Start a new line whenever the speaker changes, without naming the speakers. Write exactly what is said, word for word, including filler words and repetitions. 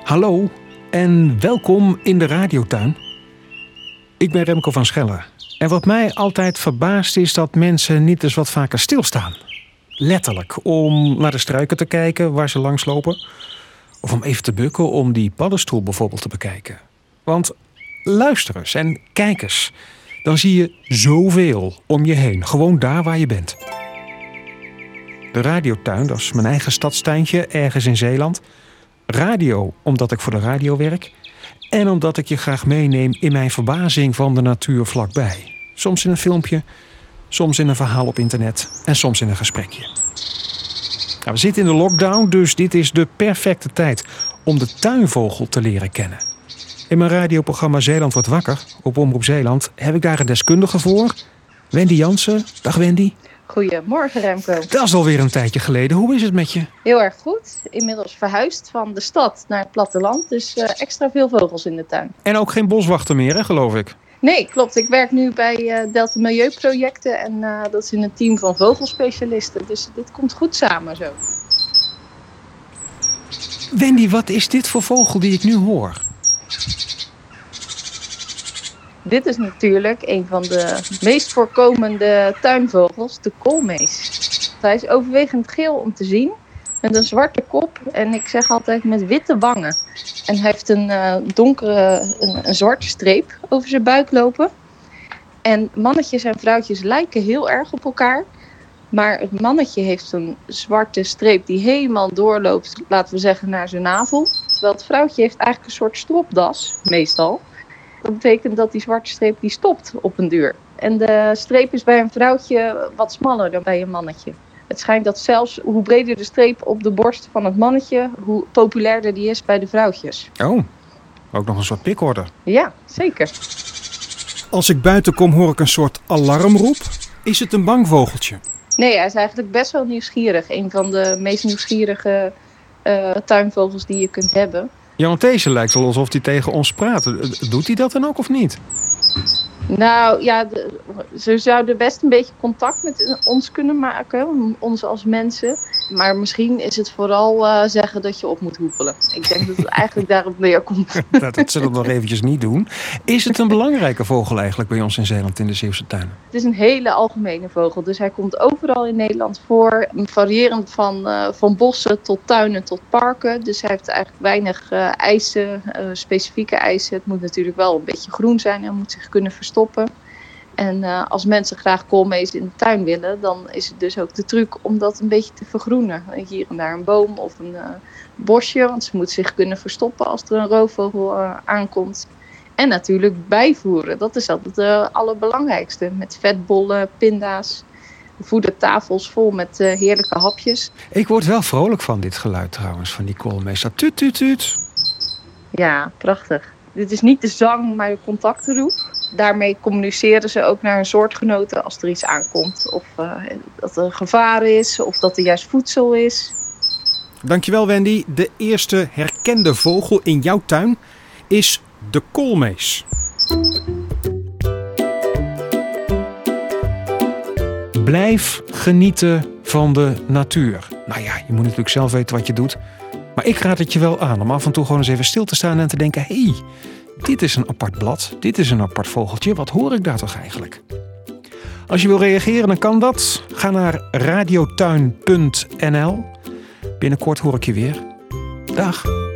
Hallo en welkom in de radiotuin. Ik ben Remco van Schelle. En wat mij altijd verbaast is dat mensen niet eens wat vaker stilstaan. Letterlijk, om naar de struiken te kijken waar ze langslopen. Of om even te bukken om die paddenstoel bijvoorbeeld te bekijken. Want luister eens en kijk eens. Dan zie je zoveel om je heen, gewoon daar waar je bent. De radiotuin, dat is mijn eigen stadstuintje ergens in Zeeland. Radio, omdat ik voor de radio werk. En omdat ik je graag meeneem in mijn verbazing van de natuur vlakbij. Soms in een filmpje, soms in een verhaal op internet en soms in een gesprekje. Nou, we zitten in de lockdown, dus dit is de perfecte tijd om de tuinvogel te leren kennen. In mijn radioprogramma Zeeland wordt wakker, op Omroep Zeeland, heb ik daar een deskundige voor. Wendy Jansen. Dag Wendy.
Goedemorgen Remco.
Dat is alweer een tijdje geleden. Hoe is het met je?
Heel erg goed. Inmiddels verhuisd van de stad naar het platteland. Dus uh, extra veel vogels in de tuin.
En ook geen boswachter meer, hè, geloof ik?
Nee, klopt. Ik werk nu bij uh, Delta Milieuprojecten. En uh, dat is in een team van vogelspecialisten. Dus dit komt goed samen zo.
Wendy, wat is dit voor vogel die ik nu hoor?
Dit is natuurlijk een van de meest voorkomende tuinvogels, de koolmees. Hij is overwegend geel om te zien, met een zwarte kop en ik zeg altijd met witte wangen. En hij heeft een uh, donkere, een, een zwarte streep over zijn buik lopen. En mannetjes en vrouwtjes lijken heel erg op elkaar. Maar het mannetje heeft een zwarte streep die helemaal doorloopt, laten we zeggen, naar zijn navel. Terwijl het vrouwtje heeft eigenlijk een soort stropdas, meestal. Dat betekent dat die zwarte streep die stopt op een duur. En de streep is bij een vrouwtje wat smaller dan bij een mannetje. Het schijnt dat zelfs hoe breder de streep op de borst van het mannetje, hoe populairder die is bij de vrouwtjes.
Oh, ook nog een soort pikorde.
Ja, zeker.
Als ik buiten kom hoor ik een soort alarmroep. Is het een bang vogeltje?
Nee, hij is eigenlijk best wel nieuwsgierig. Een van de meest nieuwsgierige uh, tuinvogels die je kunt hebben.
Ja, want deze lijkt wel alsof hij tegen ons praat. Doet hij dat dan ook of niet?
Nou ja, de, ze zouden best een beetje contact met ons kunnen maken, ons als mensen. Maar misschien is het vooral uh, zeggen dat je op moet hoepelen. Ik denk dat het eigenlijk daarop neerkomt.
dat, dat zullen we nog eventjes niet doen. Is het een belangrijke vogel eigenlijk bij ons in Zeeland in de Zeeuwse tuinen?
Het is een hele algemene vogel, dus hij komt overal in Nederland voor. Variërend van, uh, van bossen tot tuinen tot parken. Dus hij heeft eigenlijk weinig uh, eisen, uh, specifieke eisen. Het moet natuurlijk wel een beetje groen zijn en moet zich kunnen verstoppen. En uh, als mensen graag koolmees in de tuin willen, dan is het dus ook de truc om dat een beetje te vergroenen. Hier en daar een boom of een uh, bosje, want ze moeten zich kunnen verstoppen als er een roofvogel uh, aankomt. En natuurlijk bijvoeren, dat is altijd het uh, allerbelangrijkste. Met vetbollen, pinda's, voedertafels vol met uh, heerlijke hapjes.
Ik word wel vrolijk van dit geluid trouwens, van die koolmees. Dat tuut, tuut, tuut.
Ja, prachtig. Dit is niet de zang, maar de contactroep. Daarmee communiceren ze ook naar hun soortgenoten als er iets aankomt. Of uh, dat er gevaar is, of dat er juist voedsel is.
Dankjewel Wendy. De eerste herkende vogel in jouw tuin is de koolmees. Blijf genieten van de natuur. Nou ja, je moet natuurlijk zelf weten wat je doet. Maar ik raad het je wel aan om af en toe gewoon eens even stil te staan en te denken... hé, hey, dit is een apart blad, dit is een apart vogeltje, wat hoor ik daar toch eigenlijk? Als je wil reageren, dan kan dat. Ga naar radiotuin punt n l. Binnenkort hoor ik je weer. Dag.